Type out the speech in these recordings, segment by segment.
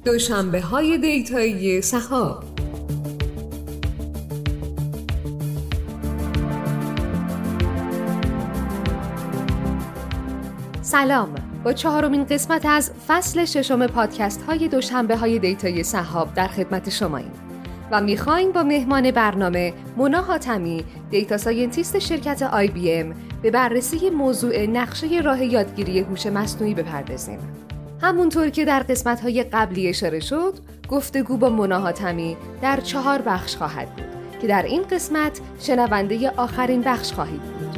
دوشنبه‌های دیتایی سحاب. سلام، با چهارمین قسمت از فصل ششم پادکست های دوشنبه‌های دیتایی سحاب در خدمت شماییم و میخوایم با مهمان برنامه مونا حاتمی، دیتا ساینتیست شرکت IBM، به بررسی موضوع نقشه راه یادگیری هوش مصنوعی بپردازیم. همونطور که در قسمت‌های قبلی اشاره شد، گفتگو با مونا حاتمی در 4 بخش خواهد بود که در این قسمت شنونده آخرین بخش خواهید بود.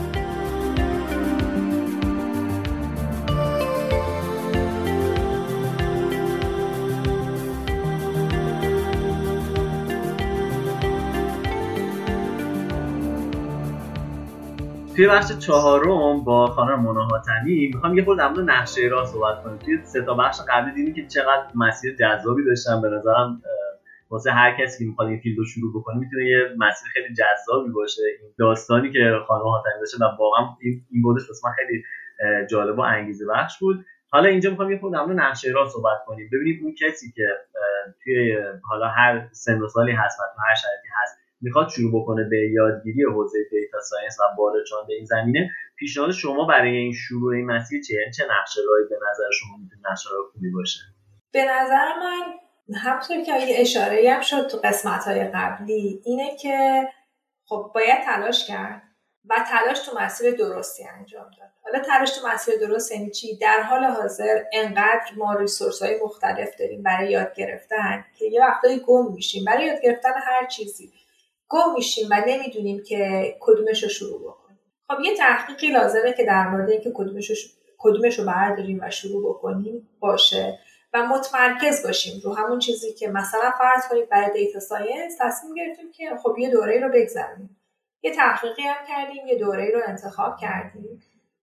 توی بخش 4 با خانم مونا حاتمی میخوام یه خورده در مورد نقشه راه صحبت کنیم. توی 3 تا بخش قبلی دیدیم که چقدر مسیر جذابی داشتن. به نظرم واسه هر کسی که میخواد این فیلدو شروع بکنه میتونه یه مسیر خیلی جذابی باشه. این داستانی که خانم حاتمی داشته و واقعا این بودش واسه من خیلی جالب و انگیزه بخش بود. حالا اینجا میخوام یه خورده در مورد نقشه راه صحبت کنیم. ببینید اون کسی که توی حالا هر سن و سالی هست و تو هر شرایطی هست میخواد شروع بکنه به یادگیری حوزه دیتا ساینس و وارد شدن به این زمینه، پیشنهاد شما برای این شروع این مسیر چیه؟ چه نقشه راهی به نظر شما میتونه نقشه راه خوبی باشه؟ به نظر من همونطور که یه اشاره‌ای هم شد تو قسمت‌های قبلی، اینه که خب باید تلاش کرد و تلاش تو مسیر درستی انجام داد. حالا تلاش تو مسیر درست یعنی چی؟ در حال حاضر انقدر ما ریسورس‌های مختلف داریم برای یاد گرفتن که یه وقتایی گم میشیم برای یاد گرفتن هر چیزی. گم میشیم و نمیدونیم که کدومش رو شروع بکنیم. خب یه تحقیقی لازمه که در مورد اینکه کدومش رو برداریم و شروع بکنیم باشه و متمرکز باشیم رو همون چیزی که مثلا فرض کنید برای دیتا ساینس تصمیم گرفتیم که خب یه دوره‌ای رو بگذرونیم. یه تحقیقی هم کردیم، یه دوره‌ای رو انتخاب کردیم.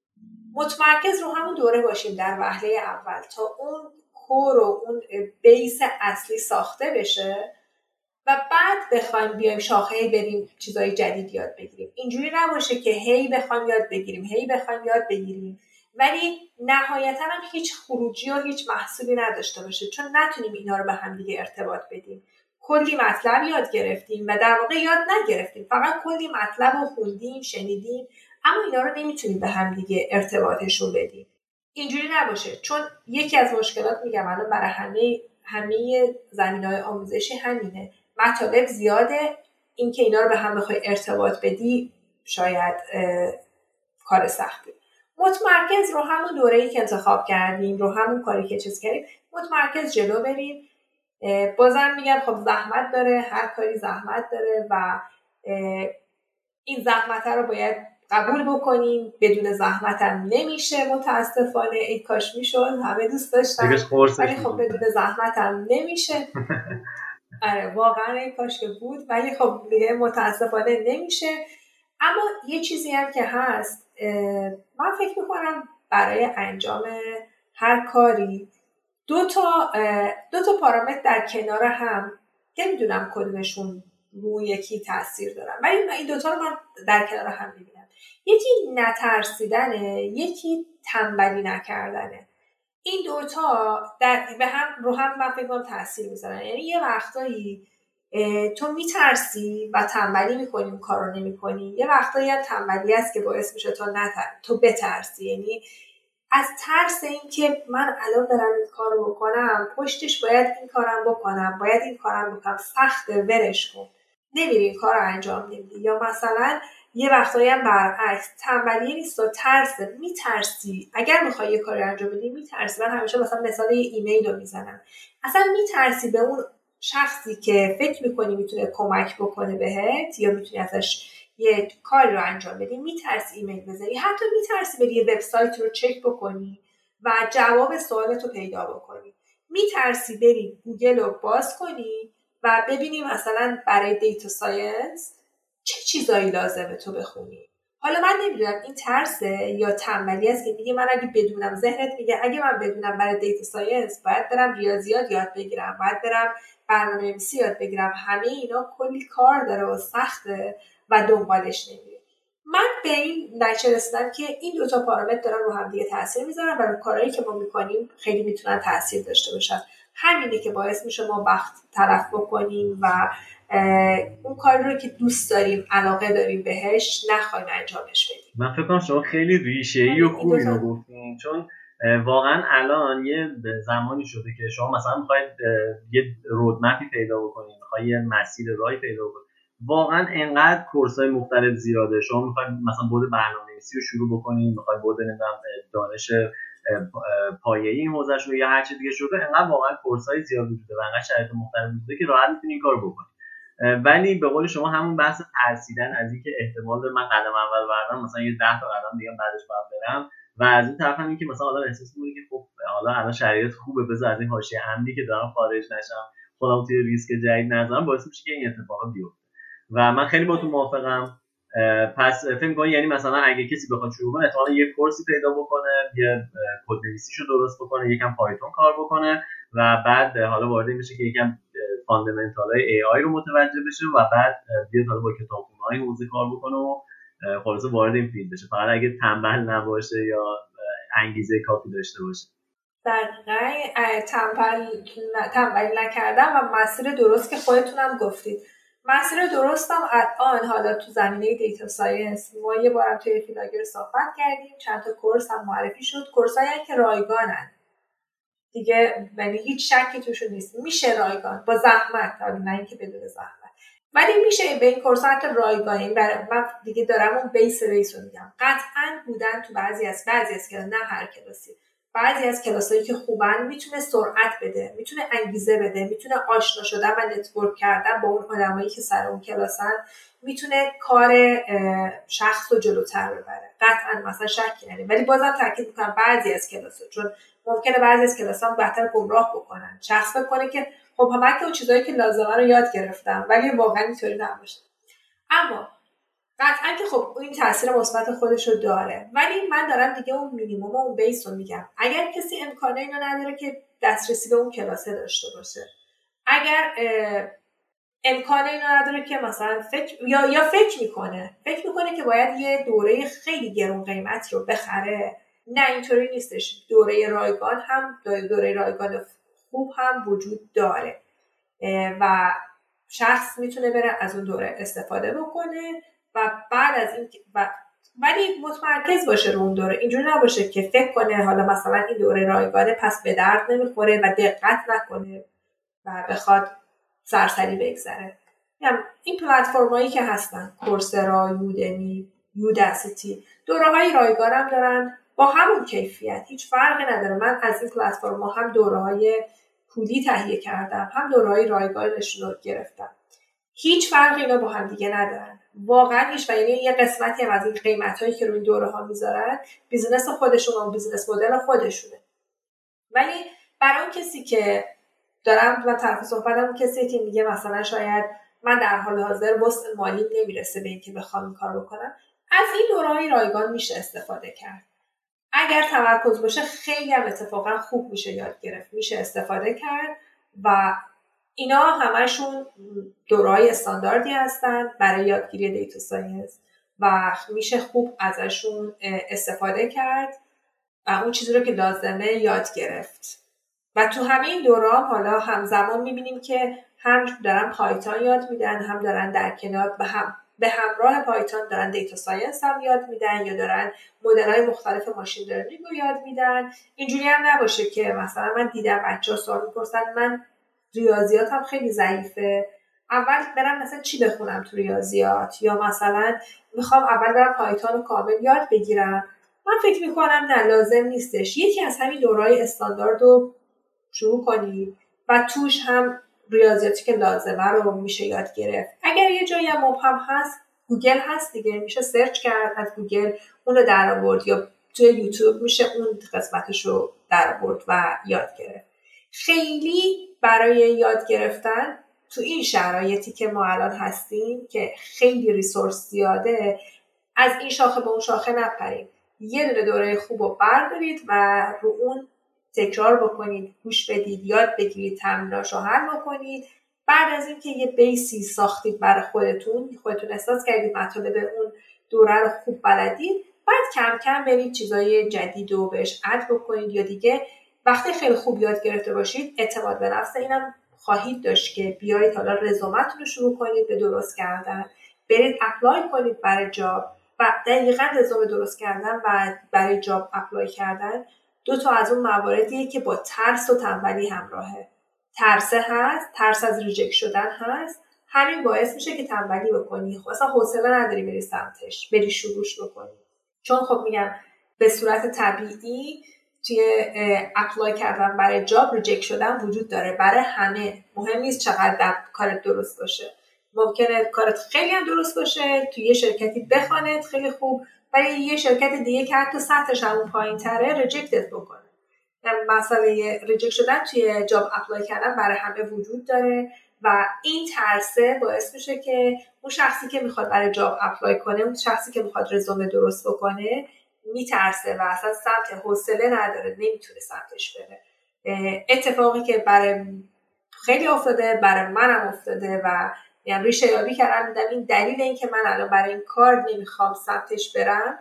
متمرکز رو همون دوره باشیم در وهله اول تا اون کور و اون بیس اصلی ساخته بشه و بعد بخوایم بیایم شاخه‌ای بریم چیزای جدید یاد بگیریم. اینجوری نباشه که هی بخوایم یاد بگیریم ولی نهایتاً هم هیچ خروجی و هیچ محصولی نداشته باشه، چون نتونیم اینا رو به هم دیگه ارتباط بدیم. کلی مطلب یاد گرفتیم و در واقع یاد نگرفتیم، فقط کلی مطلب رو خوندیم، شنیدیم، اما اینا رو نمیتونیم به هم دیگه ارتباطشون بدیم. اینجوری نباشه، چون یکی از مشکلات میگم الان برای همه زمینه‌های آموزشی همینه. مطالب زیاده، این که اینا رو به هم بخوای ارتباط بدی شاید کار سختی. متمرکز رو همون دوره‌ای که انتخاب کردیم، رو همون کاری که چیز کردیم، متمرکز جلو بریم. بازم میگم خب زحمت داره، هر کاری زحمت داره و این زحمت رو باید قبول بکنیم. بدون زحمت هم نمیشه متاسفانه. ای کاش میشد، همه دوست داشتن ولی خب بدون زحمت هم نمیشه. آره واقعا ای کاش که بود، ولی خب دیگه متاسفانه نمیشه. اما یه چیزی هم که هست، من فکر میکنم برای انجام هر کاری دو تا پارامتر در کنار هم، نمیدونم کدومشون رو یکی تاثیر دارن، ولی این دوتا رو من در کنار هم میبینم. یکی نترسیدنه، یکی تنبلی نکردنه. این دوتا به هم رو هم من فکر کنم تاثیر میذارن. یعنی یه وقتایی تو میترسی و تنبلی میکنی، اون کار رو نمیکنی. یه وقتایی هم تنبلی هست که باعث میشه تو بترسی، یعنی از ترس این که من الان برم این کار رو بکنم، پشتش باید این کارم بکنم، سخته، ورش کن، نمیری این کار رو انجام نمیدی. یا مثلا یه وقتایی هم برعکس، تنبلی نیست و ترسه، میترسی. اگر میخوای یه کاری انجام بدی میترسی. من همیشه مثلا مثال یه ایمیل رو میزنم، اصلا میترسی به اون شخصی که فکر میکنی میتونه کمک بکنه بهت یا میتونی ازش یه کاری رو انجام بدی، میترسی ایمیل بزنی، حتی میترسی بری یه وبسایت رو چک بکنی و جواب سوالتو پیدا بکنی، میترسی بری گوگل رو باز کنی و ببینی مثلا برای دیتا ساینس چه چیزایی لازمه تو بخونی. حالا من نمیدونم این ترسه یا تنبلی است که میگه من اگه بدونم، ذهنت میگه اگه من بدونم برای دیتا ساینس باید برم ریاضیات یاد بگیرم، باید برم برنامه‌نویسی یاد بگیرم، همه اینا کلی کار داره و سخته و دنبالش نمیره. من به این نتیجه رسیدم که این دوتا پارامتر دارن رو هم دیگه تاثیر میذارن و رو کارهایی که ما میکنیم خیلی میتونن تاثیر داشته باشن. همینه که باعث میشه ما وقت تلف بکنیم و اون کار رو که دوست داریم، علاقه داریم بهش، نخوایم انجامش بدیم. من فکر کنم شما خیلی ریشه‌ای و خوبی رو گفتین، چون واقعا الان یه زمانی شده که شما مثلا میخواید یه رودمپی پیدا بکنید، میخواید یه مسیر راهی پیدا بکنید. واقعا انقدر کورس‌های مختلف زیاده. شما میخواید مثلا بعد برنامه‌نویسی رو شروع بکنید، میخواید بعد دانش پایه‌ای این حوزه‌ش رو یا هر چیز دیگه شده، انقدر واقعا کورس‌های زیاد وجوده و انقدر شرایط مختلف وجوده که راحت میتونید این کارو بکنید. ولی به قول شما همون بحث ترسیدن از اینکه احتمال داره من قدم اول بردارم مثلا یه 10 تا قدم دیگه بعدش باید برم، و از این طرف هم این که مثلا آدم احساس می‌کنه که خب حالا الان شرایط خوبه، بذار از این حاشیه امنی که دارم خارج نشم، خودم توی ریسک جدید نذارم، باعث میشه که این اتفاق بیفته. و من خیلی با تو موافقم. پس فکر می‌کنم یعنی مثلا اگه کسی بخواد شروع کنه، احتمالاً یه کورسی پیدا بکنه، یه کدنویسیشو درست بکنه، یکم پایتون کار بکنه و بعد حالا وارد این بشه که یکم فاندامنتال‌های AI رو متوجه بشه و بعد بیاد حالا با کتابخونه‌های حوزه کار بکنه و خلاص وارد این فیلد بشه، فقط اگه تنبل نباشه یا انگیزه کافی داشته باشه. دقیقاً تنبلی نکردم و مسیر درست که خودتونم گفتید. مسیر درستم الان حالا تو زمینه دیتا ساینس ما یه بارم توی فیلاگر صحبت کردیم، چند تا کورس هم معرفی شد، کورسایی که رایگانن دیگه، یعنی هیچ شکی توشون نیست، میشه رایگان با زحمت، نه اینکه بدون زحمت، ولی میشه به این کورس حتی رایگانی. من دیگه دارم اون بیس رو میگم، قطعاً بودن تو بعضی از کلاس، نه هر کلاسی، بعضی از کلاسایی که خوبن میتونه سرعت بده، میتونه انگیزه بده، میتونه آشنا شدن و نتورک کردن با اون آدمایی که سر اون کلاسن، میتونه کار شخص رو جلوتر ببره. قطعاً مثلا شکی نداره، ولی بازم تاکید میکنم بعضی از کلاسا، چون ممکنه بعضی از کلاسا بهتر گمراه بکنن، شخص بکنه که خب من که اون چیزایی که لازمه رو یاد گرفتم، ولی واقعا اینطوری نباشه. اما قطعا که خب این تاثیر مثبت خودش رو داره، ولی من دارم دیگه اون مینیمم و اون بیس رو میگم. اگر کسی امکانه اینو نداره که دسترسی به اون کلاسه داشته باشه، اگر امکانه اینو نداره که مثلا فکر میکنه که باید یه دوره خیلی گرون قیمت رو بخره، نه اینطوری نیستش. دوره رایگان خوب هم وجود داره و شخص میتونه بره از اون دوره استفاده بکنه و بعد از این ولی متمرکز باشه رو اون دوره. اینجوری نباشه که فکر کنه حالا مثلا این دوره رایگانه پس به درد نمیخوره و دقت نکنه و بخواد سرسری بگذره. این پلتفرمایی که هستن، کورسرا، یودمی، یوداسیتی، دوره‌های رایگان هم دارن با همون کیفیت، هیچ فرقی نداره. من از این پلتفرم‌ها هم دوره‌های پولی تهیه کردم، هم دوره‌های رایگانشون رو گرفتم. هیچ فرقی اینا با هم دیگه ندارن، واقعا هیچ. و یعنی یه قسمتی هم از این قیمتایی که روی دوره‌ها میذارن بیزینس خودشون و بیزینس مدل خودشونه. ولی برای اون کسی که من طرف صحبتم، کسی که میگه مثلا شاید من در حال حاضر وسع مالی نمیرسه به اینکه بخوام این کار بکنم، از این دوره‌های رایگان میشه استفاده کرد. اگر تمرکز باشه خیلی هم اتفاقا خوب میشه یاد گرفت، میشه استفاده کرد و اینا همشون دوره‌های استانداردی هستن برای یادگیری دیتا ساینس و میشه خوب ازشون استفاده کرد و اون چیزی رو که لازمه یاد گرفت. و تو همه این دوره‌ها حالا همزمان میبینیم که هم دارن پایتون یاد میدن، هم دارن در کنار به همراه پایتون دارن دیتا ساینس هم یاد میدن یا دارن مدل‌های مختلف ماشین لرنینگ رو یاد میدن. اینجوری هم نباشه که مثلا من دیدم بچه‌ها سوال می‌پرسن من ریاضیاتم خیلی ضعیفه، اول برم مثلا چی بخونم تو ریاضیات، یا مثلا میخوام اول برم پایتون رو کامل یاد بگیرم. من فکر میکنم نه، لازم نیستش. یکی از همین دوره‌های استاندارد رو شروع کنید و توش هم ریاضیاتی که لازمه رو میشه یاد گرفت. اگر یه جایی هم مبهم هست، گوگل هست دیگه، میشه سرچ کرد از گوگل اون رو در آورد، یا توی یوتیوب میشه اون قسمتش رو در آورد و یاد گرفت. خیلی برای یاد گرفتن تو این شرایطی که ما الان هستیم که خیلی ریسورس زیاده، از این شاخه به اون شاخه نپرید. یه دونه دوره خوب رو بردارید و رو اون تکرار بکنید، گوش بدید، یاد بگیرید، تمریناشو حل بکنید. بعد از اینکه یه بیسی ساختید برای خودتون احساس کردید مطالب اون دوره رو خوب بلدید، بعد کم کم برید چیزای جدید رو بهش اد بکنید یا دیگه وقتی خیلی خوب یاد گرفته باشید اعتماد به نفس اینم خواهید داشت که بیایید حالا رزومتون رو شروع کنید به درست کردن، برید اپلای کنید برای جاب و دقیقاً رزومه درست کردن و برای جاب اپلای کردن 2 تا از اون مواردیه که با ترس و تنبلی همراهه. ترس هست، ترس از ریجکت شدن هست، همین باعث میشه که تنبلی بکنی، اصلا حوصله نداری بری سمتش، بری شروعش بکنی. چون خب میگم به صورت طبیعی توی اپلای کردن برای جاب ریجکت شدن وجود داره برای همه. مهم نیست چقدر کارت درست باشه، ممکنه کارت خیلی هم درست باشه، توی یه شرکتی بخواند خیلی خوب، ولی یه شرکت دیگه که حتی سطحش همون پایین تره ریجکتت بکنه. مسئله ریجکت شدن توی جاب اپلای کردن برای همه وجود داره و این ترسه باعث میشه که اون شخصی که میخواد برای جاب اپلای کنه، اون شخصی که میخواد رزومه درست بکنه میترسه و اصلا سمت حوصله نداره، نمیتونه سمتش بره. اتفاقی که برای خیلی افتاده، برای منم افتاده و یعنی ریشه یابی کردم، دیدم این دلیل این که من الان برای این کار نمیخوام سمتش برم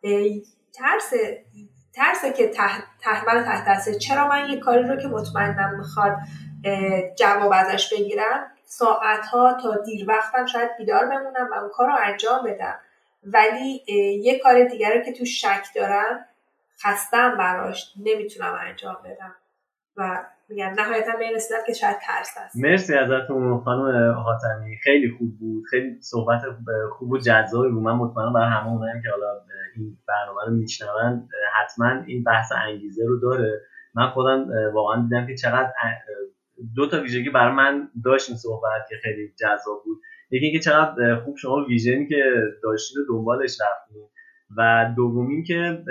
ترسه که من تحت تاثیر. چرا من یه کاری رو که مطمئنم میخواد جواب ازش بگیرم ساعتها تا دیر وقتم شاید بیدار بمونم و اون کار رو انجام بدم، ولی یه کار دیگر رو که تو شک دارم خستم براش نمیتونم انجام بدم و میگم نهایتا به این رسیدم که شاید ترس هست. مرسی ازتون خانم حاتمی، خیلی خوب بود، خیلی صحبت خوب و جذابی بود. من مطمئنم برای همه اونایی که حالا این برنامه رو میشنون حتما این بحث انگیزه رو داره. من خودم واقعا دیدم که چقدر 2 تا ویژگی برای من داشت این صحبت که خیلی جذاب بود. یکی اینکه چقدر خوب شما ویژنی که داشتید و دنبالش رفتید و دومین که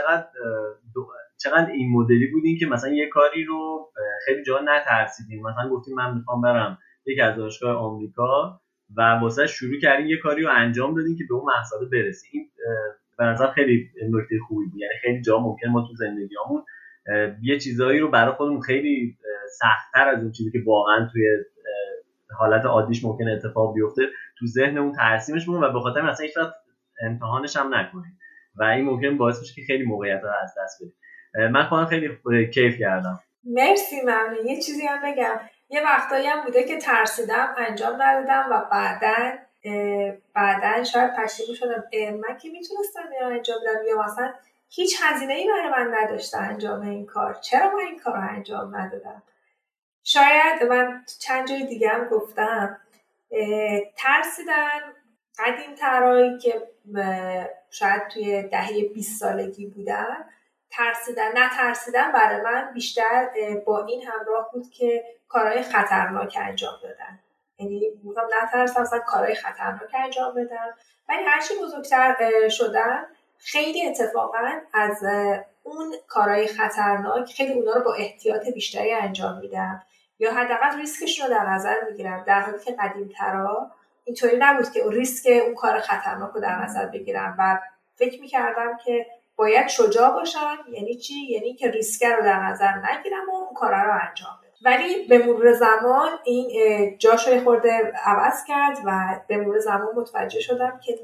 چقدر این مدلی بودین که مثلا یه کاری رو خیلی جا نترسیدین، مثلا گفتین من میخوام برم یکی از دانشگاه آمریکا و واسه شروع کردین یه کاری رو انجام دادین که به اون مقصد برسید. این به نظر خیلی نکته خوبی بود. یعنی خیلی جا ممکن ما تو زندگیامون یه چیزایی رو برای خودمون خیلی سخت‌تر از اون چیزی که واقعا توی حالت عادیش ممکن اتفاق بیفته تو ذهنمون ترسیمش می‌کنیم و به خاطر مثلا هیچ وقت امتحانش هم نکنیم و این ممکن باعث بشه که خیلی موقعیت‌ها از دست بدیم. من خودم خیلی کیف کردم. مرسی. ممنون. یه چیزی هم بگم، یه وقتایی هم بوده که ترسیدم انجام ندادم و بعدن شاید پشیمون شدم من که میتونستم اینو انجام بدم یا مثلا هیچ هزینه‌ای برای من نداشته انجام این کار، چرا من این کار رو انجام ندادم. شاید من چند جای دیگه هم گفتم ترسیدن قدیم‌ترایی که شاید توی دهه 20 سالگی بودن، نترسیدن برای من بیشتر با این همراه بود که کارهای خطرناک انجام دادن. یعنی میگم نترسم مثلا کارهای خطرناک انجام بدم، ولی هرچی بزرگتر شدن خیلی اتفاقا از اون کارهای خطرناک خیلی اونا رو با احتیاط بیشتری انجام میدم یا حداقل ریسکش رو در نظر میگیرم، در حالی که قدیم‌ترا اینطوری نبود که ریسک اون کار خطرناک رو در نظر بگیرم و فکر میکردم که باید شجاع باشم. یعنی چی؟ یعنی که ریسک رو در نظر نگیرم و اون کارا رو انجام بدم. ولی به مرور زمان این جاشو خورده عوض کرد و به مرور زمان متوجه شدم که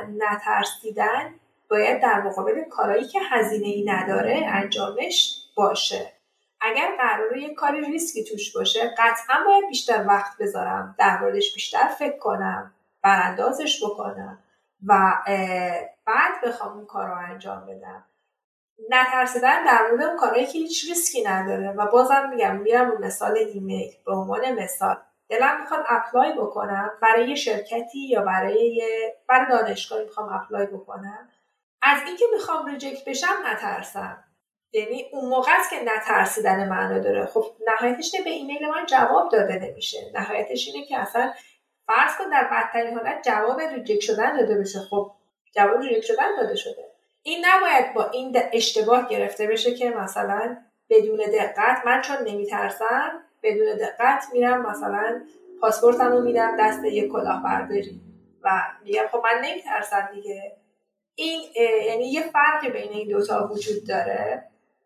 نترسیدن باید در مقابل کارهایی که هزینه‌ای نداره انجامش باشه. اگر قراره یه کاری ریسکی توش باشه قطعا باید بیشتر وقت بذارم، در موردش بیشتر فکر کنم، براندازش بکنم و بعد بخوام اون کار رو انجام بدم. نترسیدن در مورد اون کارهایی که هیچ ریسکی نداره و بازم میرم اون مثال ایمیل به عنوان مثال، دلم میخواد اپلای بکنم برای یه شرکتی یا برای دانشگاهی میخوام اپلای بکنم، از اینکه میخوام ریجکت بشم نترسم. یعنی اون موقع است که نترسیدن معنی داره. خب نهایتش به ایمیل من جواب داده نمیشه، نهایتش اینه که اصلا فرض کن در بدترین حالت جواب ریجکت شدن داده بشه. خب جواب ریجکت شدن داده شده. این نباید با این اشتباه گرفته بشه که مثلا بدون دقت، من چون نمیترسم بدون دقت میرم مثلا پاسپورتمو میدم دست یک کلاهبرداری و میگم خب من نمیترسم دیگه. این یعنی یه فرقی بین این دوتا وجود داره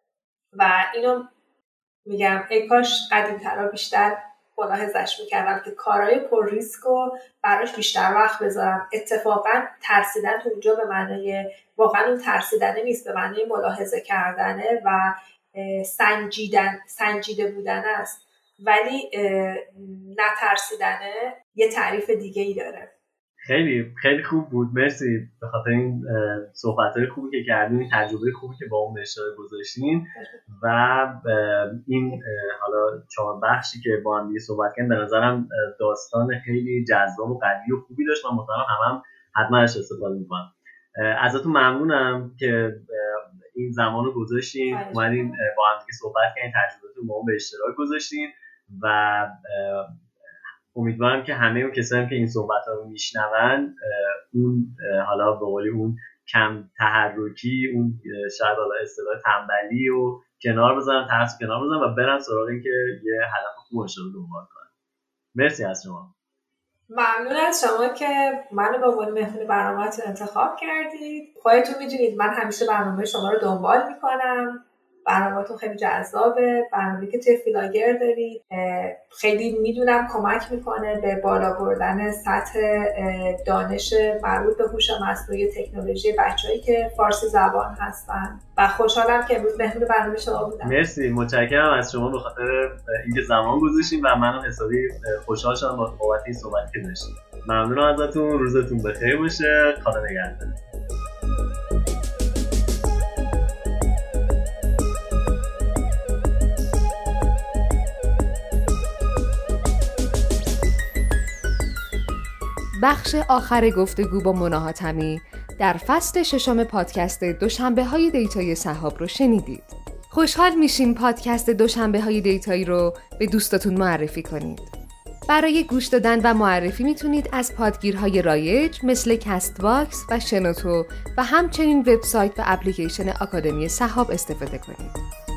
و اینو میگم ای کاش قدیم‌ترا بیشتر ملاحظش میکردم که کارهای پر ریسک رو براش بیشتر وقت بذارم. اتفاقا ترسیدن اونجا به معنی واقعا اون ترسیدنه نیست، به معنی ملاحظه کردنه و سنجیده بودن است، ولی نترسیدنه یه تعریف دیگه ای داره. خیلی خیلی خوب بود، مرسی به خاطر این صحبت‌های خوبی که کردین، این تجربه خوبی که با اون به اشتراک گذاشتین و این حالا 4 بخشی که با هم دیگه صحبت کردیم. به نظرم داستان خیلی جذاب و قوی و خوبی داشت و مطمئنم هم حتما ازش استفاده می‌کنم. ازتون ممنونم که این زمانو گذاشتین، اومدین با هم دیگه صحبت کردین، تجربه‌تون با اون به اشتراک گذاشتین و امیدوارم که همه اون کسایی که این صحبت‌ها رو میشنون اون حالا به قولی اون کم تحرکی، اون شاید حالا اصطلاح تنبلی و کنار بزنن، ترس کنار بزنن و برن سراغ این که یه هدف خوب رو دنبال کنن. مرسی از شما. ممنون از شما که منو به عنوان مهمون برنامه‌تون انتخاب کردید. خودتون می‌دونید من همیشه برنامه شما رو دنبال می‌کنم. برنامه‌تون خیلی جذابه، برنامه‌ای که توی فیلاگر دارید خیلی میدونم کمک میکنه به بالا بردن سطح دانش مربوط به هوش مصنوعی تکنولوژی بچه‌ای که فارسی زبان هستن و خوشحالم که امروز مهمون برنامه شما بودم. مرسی، متشکرم از شما به خاطر اینکه زمان گذاشتین و منم حسابی خوشحال شدم با بابت این صحبتی که داشتیم. ممنونم ازتون، روزتون بخیر باشه، خدا نگهدار. بخش آخر گفتگو با مونا حاتمی در فصل 6 پادکست دوشنبه‌های دیتای سحاب رو شنیدید. خوشحال میشیم پادکست دوشنبه‌های دیتایی رو به دوستاتون معرفی کنید. برای گوش دادن و معرفی میتونید از پادگیرهای رایج مثل کست باکس و شنوتو و همچنین وبسایت و اپلیکیشن آکادمی سحاب استفاده کنید.